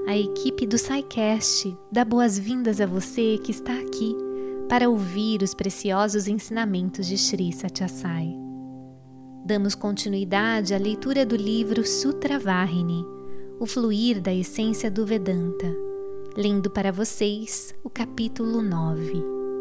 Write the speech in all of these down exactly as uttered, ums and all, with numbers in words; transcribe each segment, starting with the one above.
A equipe do SciCast dá boas-vindas a você que está aqui para ouvir os preciosos ensinamentos de Shri Satya Sai. Damos continuidade à leitura do livro Sutra Vahini, o fluir da essência do Vedanta, lendo para vocês o capítulo nove.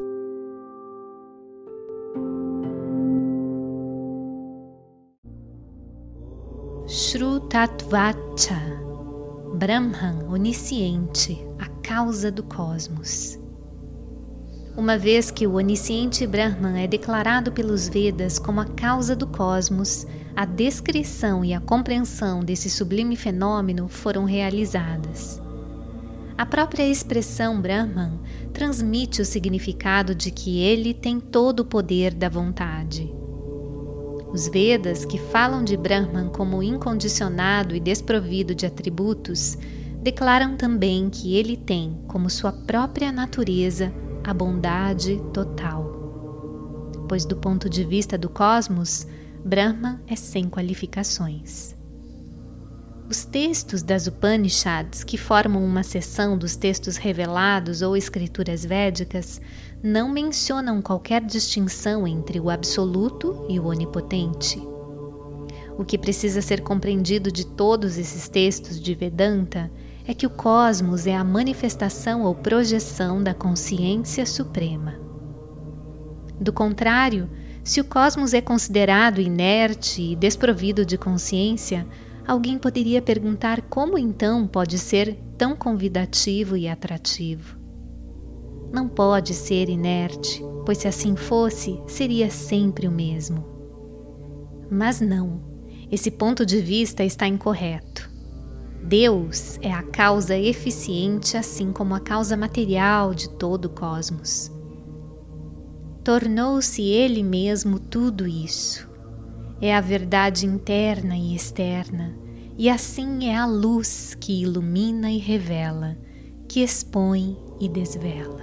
Shrutatvacha, Brahman onisciente, a causa do cosmos. Uma vez que o onisciente Brahman é declarado pelos Vedas como a causa do cosmos, a descrição e a compreensão desse sublime fenômeno foram realizadas. A própria expressão Brahman transmite o significado de que ele tem todo o poder da vontade. Os Vedas, que falam de Brahman como incondicionado e desprovido de atributos, declaram também que ele tem, como sua própria natureza, a bondade total. Pois, do ponto de vista do cosmos, Brahman é sem qualificações. Os textos das Upanishads, que formam uma seção dos textos revelados ou escrituras védicas, não mencionam qualquer distinção entre o absoluto e o onipotente. O que precisa ser compreendido de todos esses textos de Vedanta é que o cosmos é a manifestação ou projeção da consciência suprema. Do contrário, se o cosmos é considerado inerte e desprovido de consciência, alguém poderia perguntar como então pode ser tão convidativo e atrativo. Não pode ser inerte, pois se assim fosse, seria sempre o mesmo. Mas não, esse ponto de vista está incorreto. Deus é a causa eficiente, assim como a causa material de todo o cosmos. Tornou-se Ele mesmo tudo isso. É a verdade interna e externa, e assim é a luz que ilumina e revela, que expõe e desvela.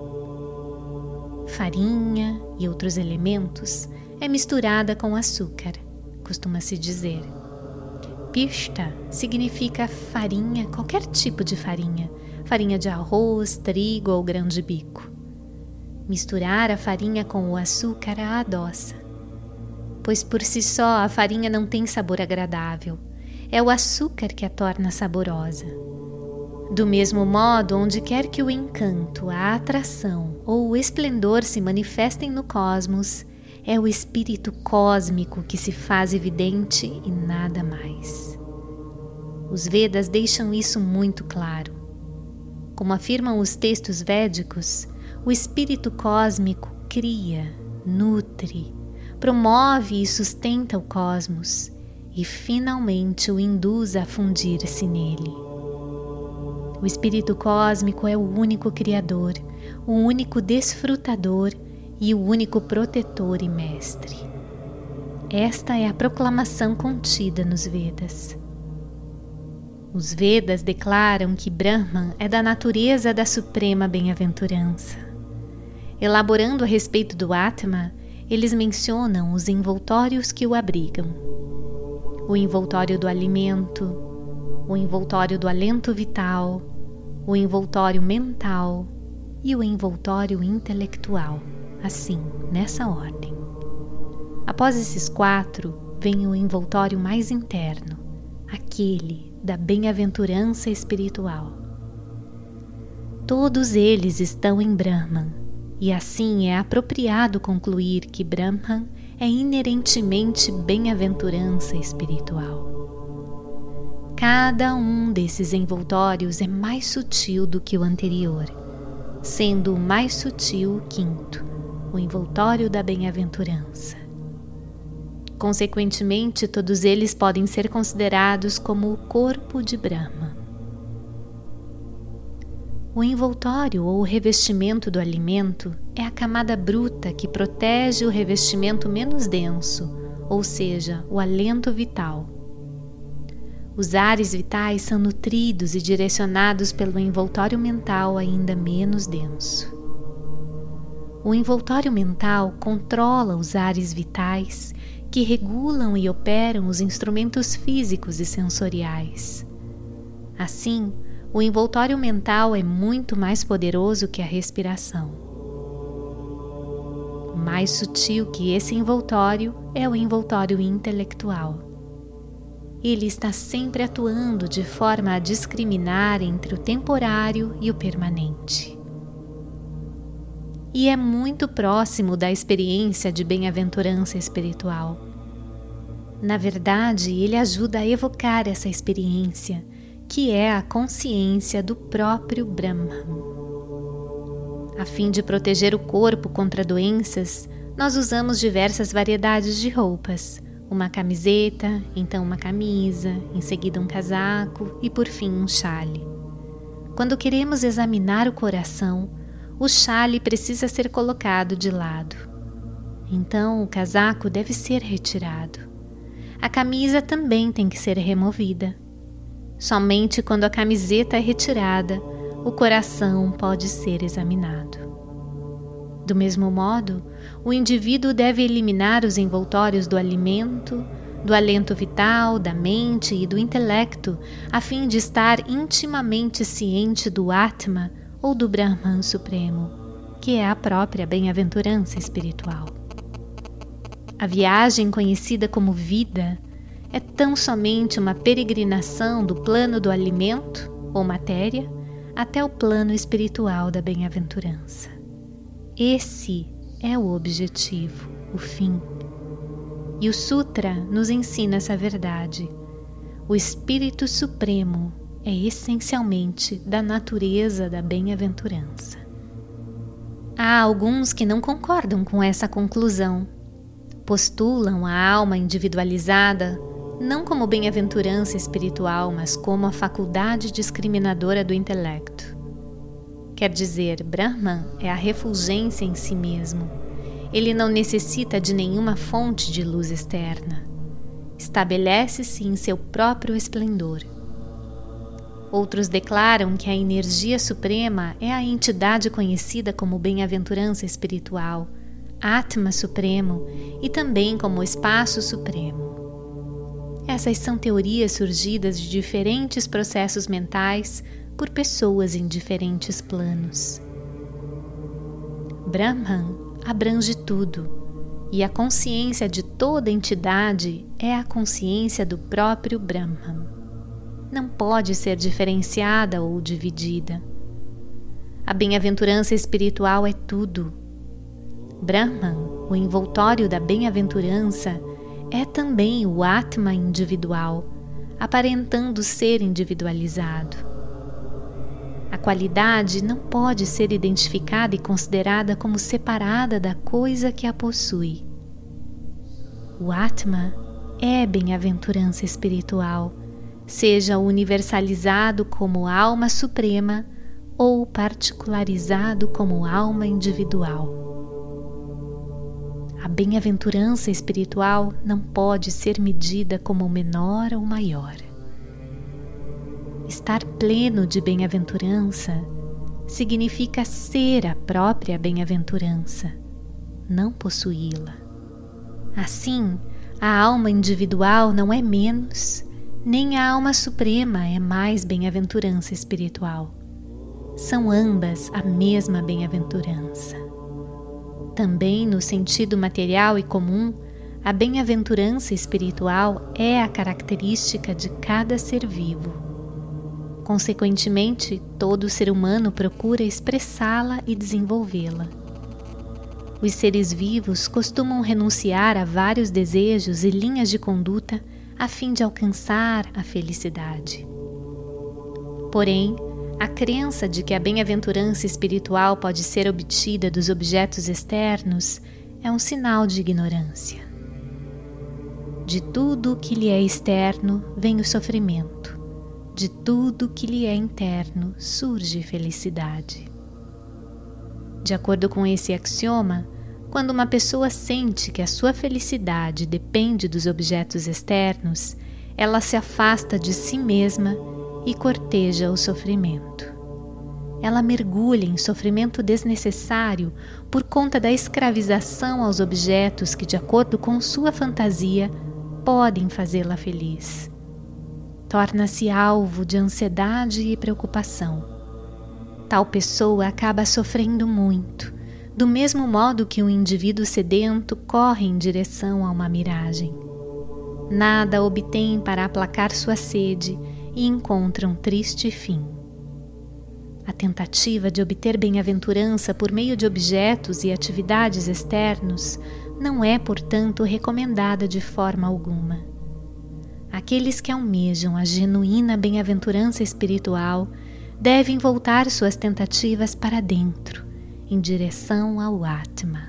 Farinha e outros elementos é misturada com açúcar, costuma-se dizer. Pishta significa farinha, qualquer tipo de farinha, farinha de arroz, trigo ou grão de bico. Misturar a farinha com o açúcar a adoça, pois por si só a farinha não tem sabor agradável, é o açúcar que a torna saborosa. Do mesmo modo, onde quer que o encanto, a atração ou o esplendor se manifestem no cosmos, é o espírito cósmico que se faz evidente e nada mais. Os Vedas deixam isso muito claro. Como afirmam os textos védicos, o espírito cósmico cria, nutre, promove e sustenta o cosmos e finalmente o induz a fundir-se nele. O espírito cósmico é o único criador, o único desfrutador e o único protetor e mestre. Esta é a proclamação contida nos Vedas. Os Vedas declaram que Brahman é da natureza da suprema bem-aventurança. Elaborando a respeito do Atma, eles mencionam os envoltórios que o abrigam: o envoltório do alimento, o envoltório do alento vital, o envoltório mental e o envoltório intelectual, assim, nessa ordem. Após esses quatro, vem o envoltório mais interno, aquele da bem-aventurança espiritual. Todos eles estão em Brahman, e assim é apropriado concluir que Brahman é inerentemente bem-aventurança espiritual. Cada um desses envoltórios é mais sutil do que o anterior, sendo o mais sutil o quinto, o envoltório da bem-aventurança. Consequentemente, todos eles podem ser considerados como o corpo de Brahma. O envoltório ou revestimento do alimento é a camada bruta que protege o revestimento menos denso, ou seja, o alento vital. Os ares vitais são nutridos e direcionados pelo envoltório mental ainda menos denso. O envoltório mental controla os ares vitais que regulam e operam os instrumentos físicos e sensoriais. Assim, o envoltório mental é muito mais poderoso que a respiração. Mais sutil que esse envoltório é o envoltório intelectual. Ele está sempre atuando de forma a discriminar entre o temporário e o permanente. E é muito próximo da experiência de bem-aventurança espiritual. Na verdade, ele ajuda a evocar essa experiência, que é a consciência do próprio Brahman. A fim de proteger o corpo contra doenças, nós usamos diversas variedades de roupas. Uma camiseta, então uma camisa, em seguida um casaco e por fim um chale. Quando queremos examinar o coração, o chale precisa ser colocado de lado. Então o casaco deve ser retirado. A camisa também tem que ser removida. Somente quando a camiseta é retirada, o coração pode ser examinado. Do mesmo modo, o indivíduo deve eliminar os envoltórios do alimento, do alento vital, da mente e do intelecto, a fim de estar intimamente ciente do Atma ou do Brahman Supremo, que é a própria bem-aventurança espiritual. A viagem conhecida como vida é tão somente uma peregrinação do plano do alimento, ou matéria, até o plano espiritual da bem-aventurança. Esse é o objetivo, o fim. E o Sutra nos ensina essa verdade. O Espírito Supremo é essencialmente da natureza da bem-aventurança. Há alguns que não concordam com essa conclusão. Postulam a alma individualizada não como bem-aventurança espiritual, mas como a faculdade discriminadora do intelecto. Quer dizer, Brahman é a refulgência em si mesmo. Ele não necessita de nenhuma fonte de luz externa. Estabelece-se em seu próprio esplendor. Outros declaram que a energia suprema é a entidade conhecida como bem-aventurança espiritual, Atma Supremo e também como Espaço Supremo. Essas são teorias surgidas de diferentes processos mentais por pessoas em diferentes planos. Brahman abrange tudo, e a consciência de toda entidade é a consciência do próprio Brahman. Não pode ser diferenciada ou dividida. A bem-aventurança espiritual é tudo. Brahman, o envoltório da bem-aventurança, é também o Atma individual, aparentando ser individualizado. A qualidade não pode ser identificada e considerada como separada da coisa que a possui. O Atma é bem-aventurança espiritual, seja universalizado como alma suprema ou particularizado como alma individual. A bem-aventurança espiritual não pode ser medida como menor ou maior. Estar pleno de bem-aventurança significa ser a própria bem-aventurança, não possuí-la. Assim, a alma individual não é menos, nem a alma suprema é mais bem-aventurança espiritual. São ambas a mesma bem-aventurança. Também no sentido material e comum, a bem-aventurança espiritual é a característica de cada ser vivo. Consequentemente, todo ser humano procura expressá-la e desenvolvê-la. Os seres vivos costumam renunciar a vários desejos e linhas de conduta a fim de alcançar a felicidade. Porém, a crença de que a bem-aventurança espiritual pode ser obtida dos objetos externos é um sinal de ignorância. De tudo o que lhe é externo vem o sofrimento. De tudo o que lhe é interno surge felicidade. De acordo com esse axioma, quando uma pessoa sente que a sua felicidade depende dos objetos externos, ela se afasta de si mesma e corteja o sofrimento. Ela mergulha em sofrimento desnecessário por conta da escravização aos objetos que, de acordo com sua fantasia, podem fazê-la feliz. torna-se alvo de ansiedade e preocupação. Tal pessoa acaba sofrendo muito, do mesmo modo que um indivíduo sedento corre em direção a uma miragem. Nada obtém para aplacar sua sede e encontra um triste fim. A tentativa de obter bem-aventurança por meio de objetos e atividades externos não é, portanto, recomendada de forma alguma. Aqueles que almejam a genuína bem-aventurança espiritual devem voltar suas tentativas para dentro, em direção ao Atma.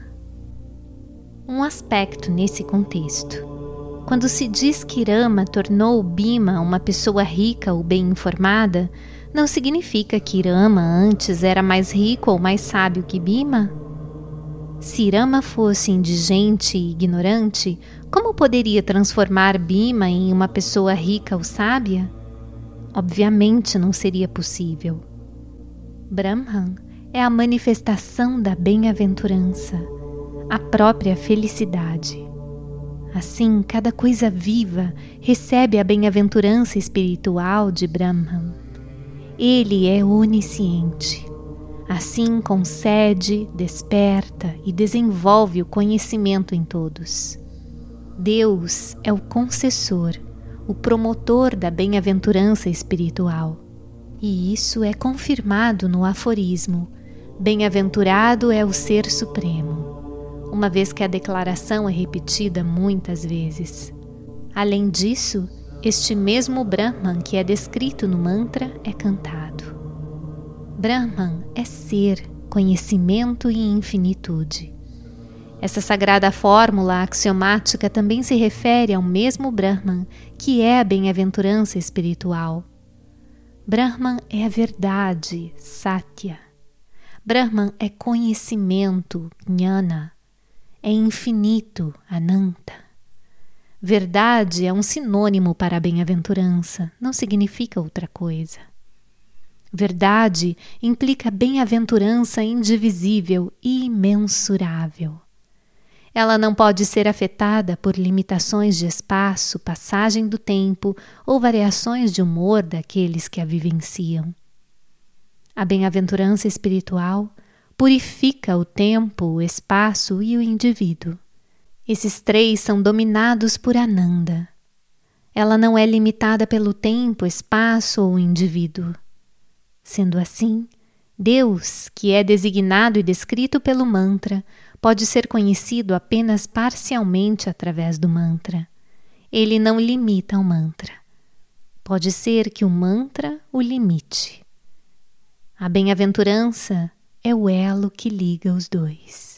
Um aspecto nesse contexto. Quando se diz que Rama tornou Bhima uma pessoa rica ou bem informada, não significa que Rama antes era mais rico ou mais sábio que Bhima? Se Rama fosse indigente e ignorante, como poderia transformar Bhima em uma pessoa rica ou sábia? Obviamente não seria possível. Brahman é a manifestação da bem-aventurança, a própria felicidade. Assim, cada coisa viva recebe a bem-aventurança espiritual de Brahman. Ele é onisciente. Assim, concede, desperta e desenvolve o conhecimento em todos. Deus é o concessor, o promotor da bem-aventurança espiritual. E isso é confirmado no aforismo: bem-aventurado é o Ser Supremo, uma vez que a declaração é repetida muitas vezes. Além disso, este mesmo Brahman que é descrito no mantra é cantado. Brahman é ser, conhecimento e infinitude. Essa sagrada fórmula axiomática também se refere ao mesmo Brahman, que é a bem-aventurança espiritual. Brahman é a verdade, Satya. Brahman é conhecimento, Jnana. É infinito, Ananta. Verdade é um sinônimo para a bem-aventurança, não significa outra coisa. Verdade implica bem-aventurança indivisível e imensurável. Ela não pode ser afetada por limitações de espaço, passagem do tempo ou variações de humor daqueles que a vivenciam. A bem-aventurança espiritual purifica o tempo, o espaço e o indivíduo. Esses três são dominados por Ananda. Ela não é limitada pelo tempo, espaço ou indivíduo. Sendo assim, Deus, que é designado e descrito pelo mantra, pode ser conhecido apenas parcialmente através do mantra. Ele não limita o mantra. Pode ser que o mantra o limite. A bem-aventurança é o elo que liga os dois.